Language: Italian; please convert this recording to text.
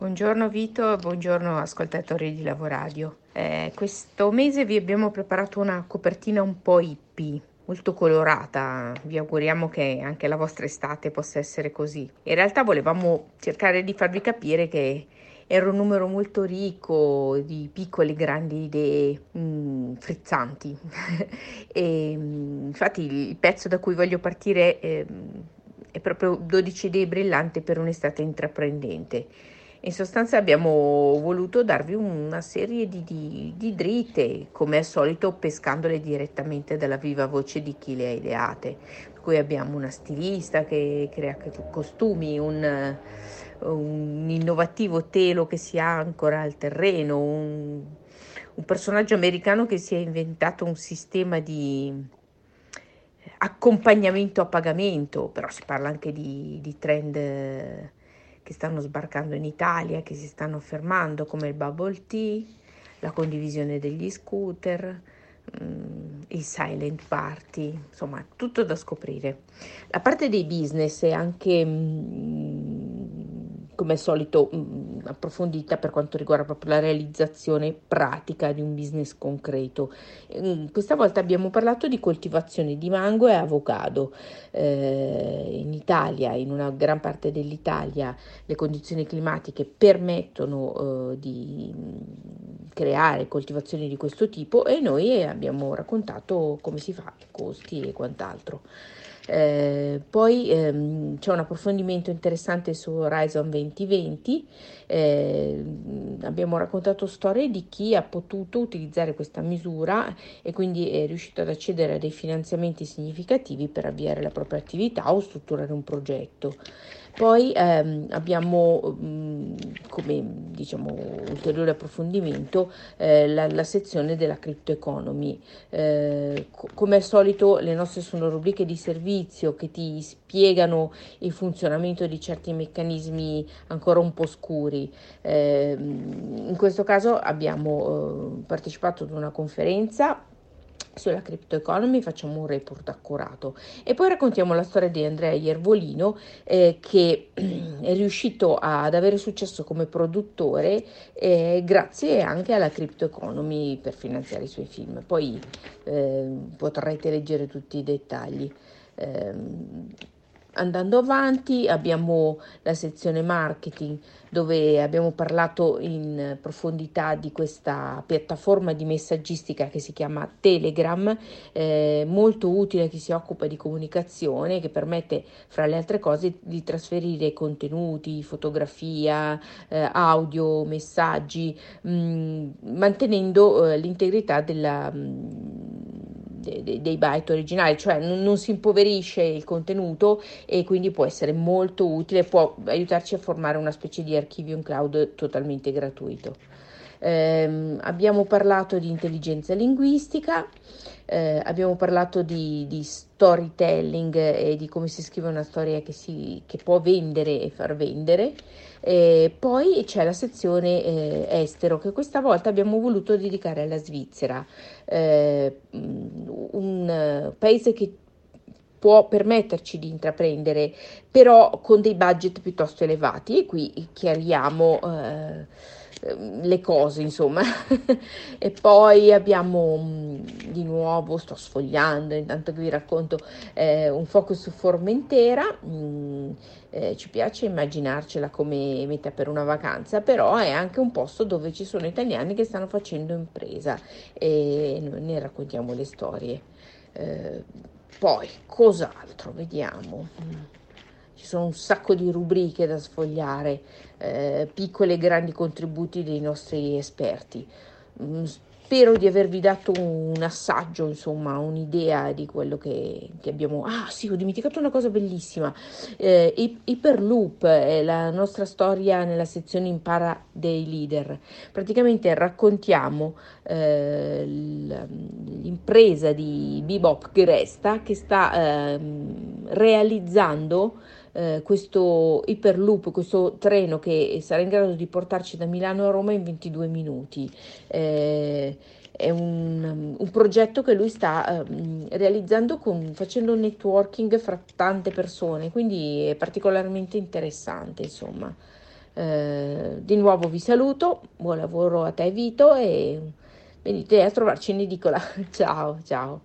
Buongiorno Vito, buongiorno ascoltatori di Lavoradio. Questo mese vi abbiamo preparato una copertina un po' hippie, molto colorata. Vi auguriamo che anche la vostra estate possa essere così. In realtà volevamo cercare di farvi capire che era un numero molto ricco di piccole e grandi idee frizzanti. Infatti il pezzo da cui voglio partire è proprio 12 idee brillanti per un'estate intraprendente. In sostanza abbiamo voluto darvi una serie di dritte, come al solito pescandole direttamente dalla viva voce di chi le ha ideate. Per cui abbiamo una stilista che crea costumi, un innovativo telo che si ancora al terreno, un personaggio americano che si è inventato un sistema di accompagnamento a pagamento, però si parla anche di trend che stanno sbarcando in Italia, che si stanno affermando, come il bubble tea, la condivisione degli scooter, il silent party, insomma, tutto da scoprire. La parte dei business è anche, come al solito, approfondita per quanto riguarda proprio la realizzazione pratica di un business concreto. Questa volta abbiamo parlato di coltivazione di mango e avocado. In Italia, in una gran parte dell'Italia, le condizioni climatiche permettono di creare coltivazioni di questo tipo e noi abbiamo raccontato come si fa, costi e quant'altro. Poi c'è un approfondimento interessante su Horizon 2020. Abbiamo raccontato storie di chi ha potuto utilizzare questa misura e quindi è riuscito ad accedere a dei finanziamenti significativi per avviare la propria attività o strutturare un progetto. Poi abbiamo come diciamo ulteriore approfondimento la sezione della crypto economy. Come al solito le nostre sono rubriche di servizio che ti spiegano il funzionamento di certi meccanismi ancora un po' scuri. In questo caso abbiamo partecipato ad una conferenza sulla crypto economy, facciamo un report accurato e poi raccontiamo la storia di Andrea Iervolino che è riuscito ad avere successo come produttore grazie anche alla crypto economy per finanziare i suoi film. Poi potrete leggere tutti i dettagli. Andando avanti abbiamo la sezione marketing dove abbiamo parlato in profondità di questa piattaforma di messaggistica che si chiama Telegram, molto utile a chi si occupa di comunicazione, che permette fra le altre cose di trasferire contenuti, fotografia, audio, messaggi, mantenendo l'integrità dei byte originali, cioè non si impoverisce il contenuto e quindi può essere molto utile, può aiutarci a formare una specie di archivio in cloud totalmente gratuito. Abbiamo parlato di intelligenza linguistica, abbiamo parlato di storytelling e di come si scrive una storia che può vendere e far vendere. Poi c'è la sezione estero che questa volta abbiamo voluto dedicare alla Svizzera, un paese che può permetterci di intraprendere, però con dei budget piuttosto elevati. E qui chiariamo le cose, insomma. E poi abbiamo di nuovo, sto sfogliando, intanto che vi racconto, un focus su Formentera. Ci piace immaginarcela come meta per una vacanza, però è anche un posto dove ci sono italiani che stanno facendo impresa e noi ne raccontiamo le storie. Eh, Poi, cos'altro? Vediamo. Ci sono un sacco di rubriche da sfogliare, piccoli e grandi contributi dei nostri esperti. Spero di avervi dato un assaggio, insomma, un'idea di quello che abbiamo. Ah, sì, ho dimenticato una cosa bellissima. Hyperloop è la nostra storia nella sezione Impara dei leader. Praticamente raccontiamo l'impresa di Bebop Gresta che sta realizzando questo Hyperloop, questo treno che sarà in grado di portarci da Milano a Roma in 22 minuti. È un progetto che lui sta realizzando facendo un networking fra tante persone, quindi è particolarmente interessante, insomma. Di nuovo vi saluto, buon lavoro a te Vito e venite a trovarci in edicola. Ciao, ciao.